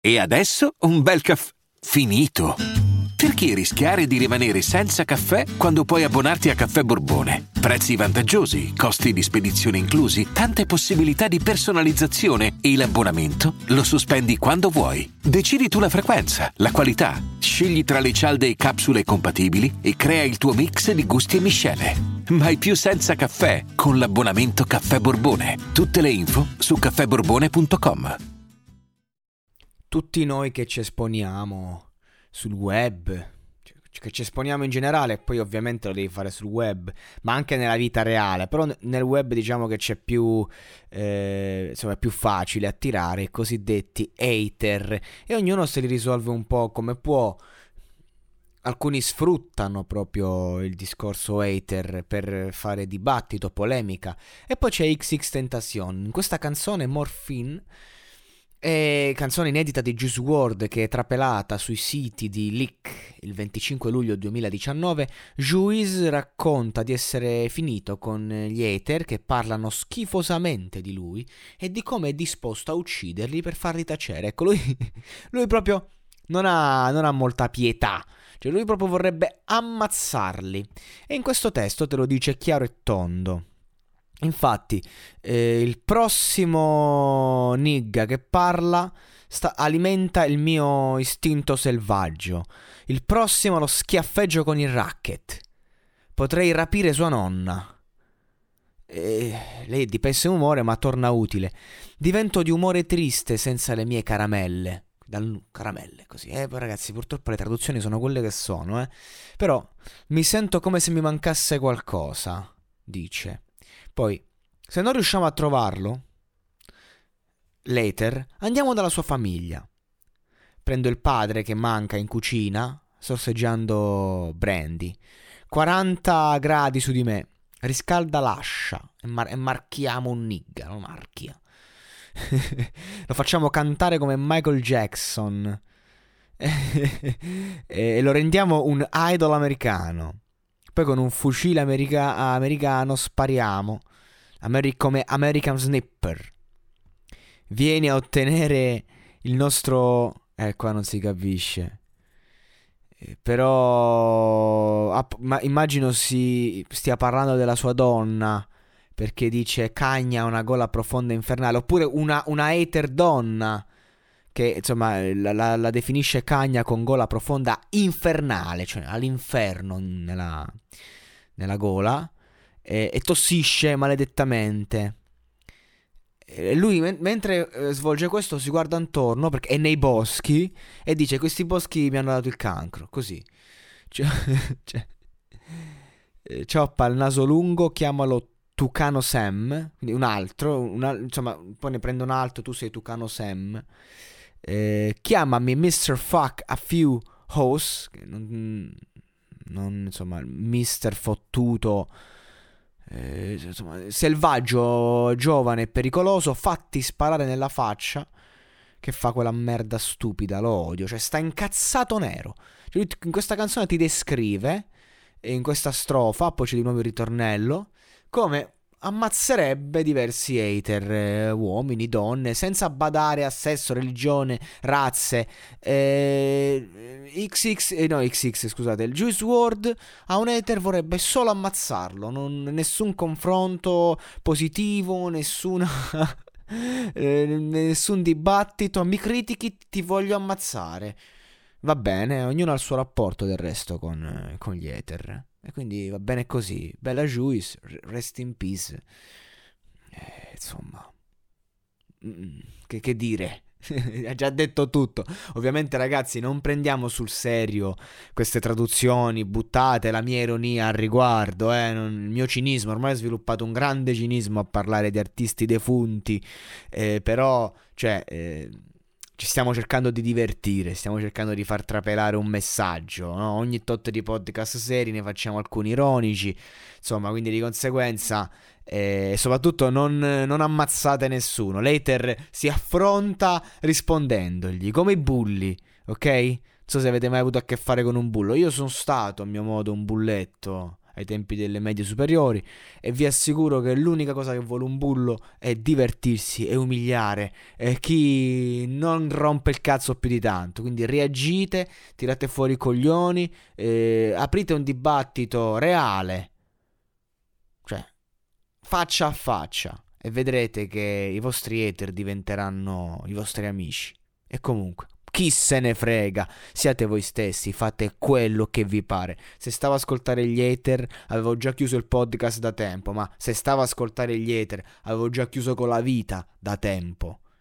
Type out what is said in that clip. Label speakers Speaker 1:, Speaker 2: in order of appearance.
Speaker 1: E adesso un bel caffè finito. Perché rischiare di rimanere senza caffè quando puoi abbonarti a Caffè Borbone? Prezzi vantaggiosi, costi di spedizione inclusi, tante possibilità di personalizzazione e l'abbonamento lo sospendi quando vuoi. Decidi tu la frequenza, la qualità, scegli tra le cialde e capsule compatibili e crea il tuo mix di gusti e miscele. Mai più senza caffè con l'abbonamento Caffè Borbone. Tutte le info su caffèborbone.com.
Speaker 2: Tutti noi che ci esponiamo sul web, che ci esponiamo in generale, poi ovviamente lo devi fare sul web, ma anche nella vita reale, però nel web diciamo che c'è più, insomma è più facile attirare i cosiddetti hater e ognuno se li risolve un po' come può. Alcuni sfruttano proprio il discorso hater per fare dibattito, polemica, e poi c'è XXXTentacion, in questa canzone Morphine, canzone inedita di Juice WRLD che è trapelata sui siti di Leak il 25 luglio 2019. Juice racconta di essere finito con gli hater che parlano schifosamente di lui e di come è disposto a ucciderli per farli tacere. Ecco, lui proprio non ha molta pietà, cioè lui proprio vorrebbe ammazzarli, e in questo testo te lo dice chiaro e tondo. Infatti, il prossimo nigga che parla alimenta il mio istinto selvaggio. Il prossimo lo schiaffeggio con il racket. Potrei rapire sua nonna. Lei è di pessimo umore, ma torna utile. Divento di umore triste senza le mie caramelle. Caramelle, così. Poi ragazzi, purtroppo le traduzioni sono quelle che sono, Però mi sento come se mi mancasse qualcosa, dice. Poi, se non riusciamo a trovarlo, later, andiamo dalla sua famiglia. Prendo il padre che manca in cucina, sorseggiando brandy. 40 gradi su di me, riscalda l'ascia e marchiamo un nigga, lo marchia. Lo facciamo cantare come Michael Jackson e lo rendiamo un idol americano. Poi con un fucile americano spariamo come American Sniper. Vieni a ottenere il nostro... qua non si capisce. Però ma immagino stia parlando della sua donna, perché dice cagna una gola profonda e infernale. Oppure una hater donna che insomma la definisce cagna con gola profonda infernale, cioè all'inferno nella gola, e tossisce maledettamente. E lui mentre svolge questo si guarda intorno perché è nei boschi e dice questi boschi mi hanno dato il cancro, così. Cioppa il naso lungo, chiamalo Tucano Sam, quindi un altro, insomma poi ne prende un altro, tu sei Tucano Sam. Chiamami Mr. Fuck a few hoes, non insomma Mr. Fottuto, insomma selvaggio, giovane e pericoloso, fatti sparare nella faccia, che fa quella merda stupida, lo odio, cioè sta incazzato nero. Cioè, in questa canzone ti descrive, e in questa strofa, poi c'è di nuovo il ritornello, come ammazzerebbe diversi hater, uomini, donne, senza badare a sesso, religione, razze. Scusate, il Juice WRLD a un hater vorrebbe solo ammazzarlo, nessun confronto positivo, nessun dibattito. Mi critichi, ti voglio ammazzare. Va bene, ognuno ha il suo rapporto del resto con gli hater. E quindi va bene così. Bella Juice, rest in peace. Insomma, che dire? Ha già detto tutto. Ovviamente ragazzi, non prendiamo sul serio queste traduzioni buttate, la mia ironia al riguardo, il mio cinismo. Ormai ho sviluppato un grande cinismo a parlare di artisti defunti, però cioè ci stiamo cercando di divertire, stiamo cercando di far trapelare un messaggio, no? Ogni tot di podcast seri ne facciamo alcuni ironici, insomma, quindi di conseguenza soprattutto non ammazzate nessuno. L'hater si affronta rispondendogli, come i bulli, ok? Non so se avete mai avuto a che fare con un bullo. Io sono stato a mio modo un bulletto, ai tempi delle medie superiori, e vi assicuro che l'unica cosa che vuole un bullo è divertirsi e umiliare chi non rompe il cazzo più di tanto. Quindi reagite, tirate fuori i coglioni, aprite un dibattito reale, cioè faccia a faccia, e vedrete che i vostri hater diventeranno i vostri amici. E comunque, chi se ne frega, siate voi stessi, fate quello che vi pare. Se stavo a ascoltare gli hater, avevo già chiuso il podcast da tempo, ma se stavo a ascoltare gli hater, avevo già chiuso con la vita da tempo.